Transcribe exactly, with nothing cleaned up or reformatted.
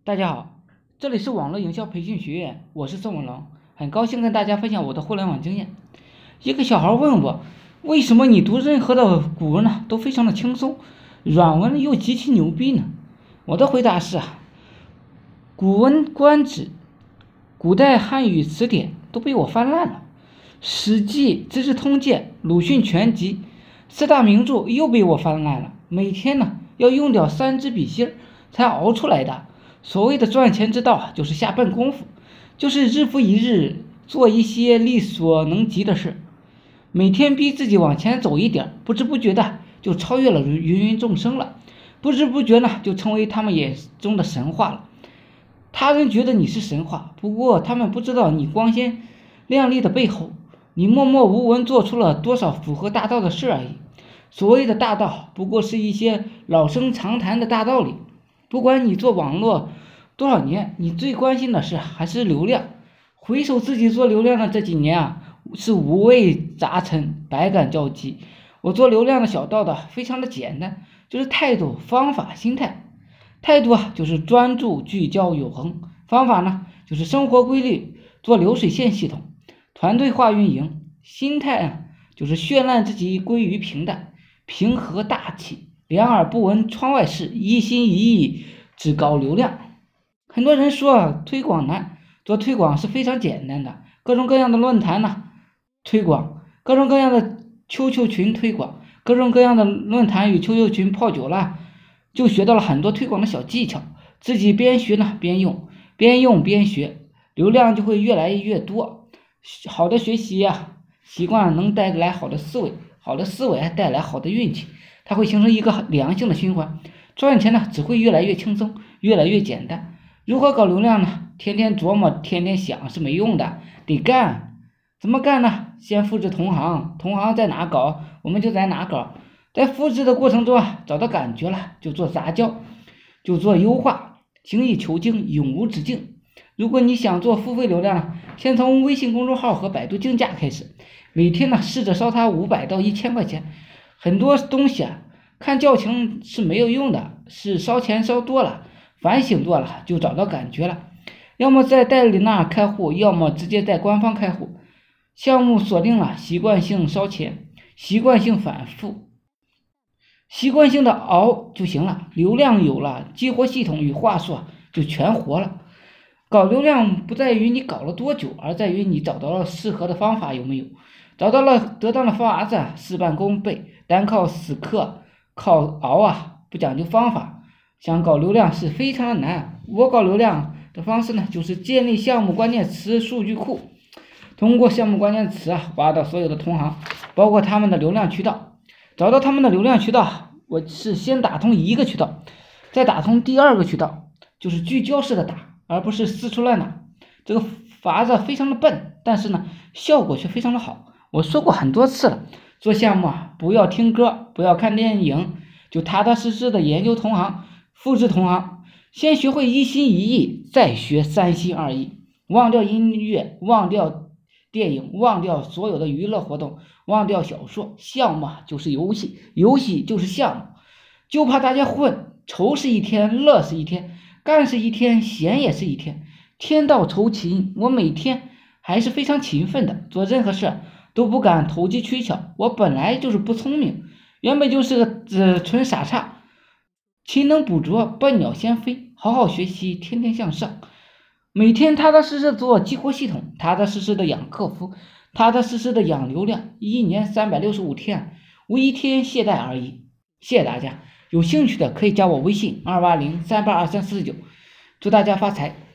大家好，这里是网络营销培训学院，我是宋文龙，很高兴跟大家分享我的互联网经验。一个小孩问我，为什么你读任何的古文呢都非常的轻松，软文又极其牛逼呢？我的回答是啊，古文《观止》、古代汉语词典都被我翻烂了，《史记》、《资治通鉴》、《鲁迅全集》四大名著又被我翻烂了，每天呢要用掉三支笔芯才熬出来的。所谓的赚钱之道啊，就是下笨功夫，就是日复一日做一些力所能及的事，每天逼自己往前走一点，不知不觉的就超越了芸芸众生了，不知不觉呢就成为他们眼中的神话了。他人觉得你是神话，不过他们不知道你光鲜亮丽的背后，你默默无闻做出了多少符合大道的事而已。所谓的大道，不过是一些老生常谈的大道理。不管你做网络多少年，你最关心的是还是流量。回首自己做流量的这几年啊，是五味杂陈，百感交集。我做流量的小道的非常的简单，就是态度、方法、心态。态度啊，就是专注、聚焦、永恒；方法呢，就是生活规律，做流水线系统，团队化运营；心态啊，就是绚烂自己归于平淡，平和大气。两耳不闻窗外事，一心一意只搞流量。很多人说啊，推广难，做推广是非常简单的，各种各样的论坛呢，推广，各种各样的 Q Q 群推广，各种各样的论坛与 Q Q 群泡久了，就学到了很多推广的小技巧，自己边学呢边用，边用边学，流量就会越来越多。好的学习呀、啊，习惯能带来好的思维，好的思维还带来好的运气。它会形成一个良性的循环，赚钱呢只会越来越轻松，越来越简单。如何搞流量呢？天天琢磨，天天想是没用的，得干。怎么干呢？先复制同行，同行在哪搞，我们就在哪搞。在复制的过程中啊，找到感觉了，就做杂交，就做优化，精益求精，永无止境。如果你想做付费流量呢，先从微信公众号和百度竞价开始，每天呢试着烧它五百到一千块钱。很多东西啊，看教程是没有用的，是烧钱烧多了，反省多了就找到感觉了。要么在代理那开户，要么直接在官方开户。项目锁定了，习惯性烧钱，习惯性反复，习惯性的熬就行了。流量有了，激活系统与话术就全活了。搞流量不在于你搞了多久，而在于你找到了适合的方法有没有。找到了得当的法子，事半功倍。单靠死磕，靠熬啊，不讲究方法，想搞流量是非常的难。我搞流量的方式呢，就是建立项目关键词数据库，通过项目关键词啊，挖到所有的同行，包括他们的流量渠道。找到他们的流量渠道，我是先打通一个渠道，再打通第二个渠道，就是聚焦式的打，而不是四处乱打。这个法子非常的笨，但是呢，效果却非常的好。我说过很多次了，做项目啊，不要听歌，不要看电影，就踏踏实实的研究同行，复制同行，先学会一心一意，再学三心二意，忘掉音乐，忘掉电影，忘掉所有的娱乐活动，忘掉小说。项目啊就是游戏，游戏就是项目，就怕大家混，愁是一天，乐是一天，干是一天，闲也是一天，天道酬勤。我每天还是非常勤奋的，做任何事都不敢投机取巧，我本来就是不聪明，原本就是个呃纯傻叉，勤能补拙，笨鸟先飞。好好学习，天天向上，每天踏踏实实做激活系统，踏踏实实的养客服，踏踏实实的养流量，一年三百六十五天，无一天懈怠而已。谢谢大家，有兴趣的可以加我微信二八零三八二三四九，祝大家发财。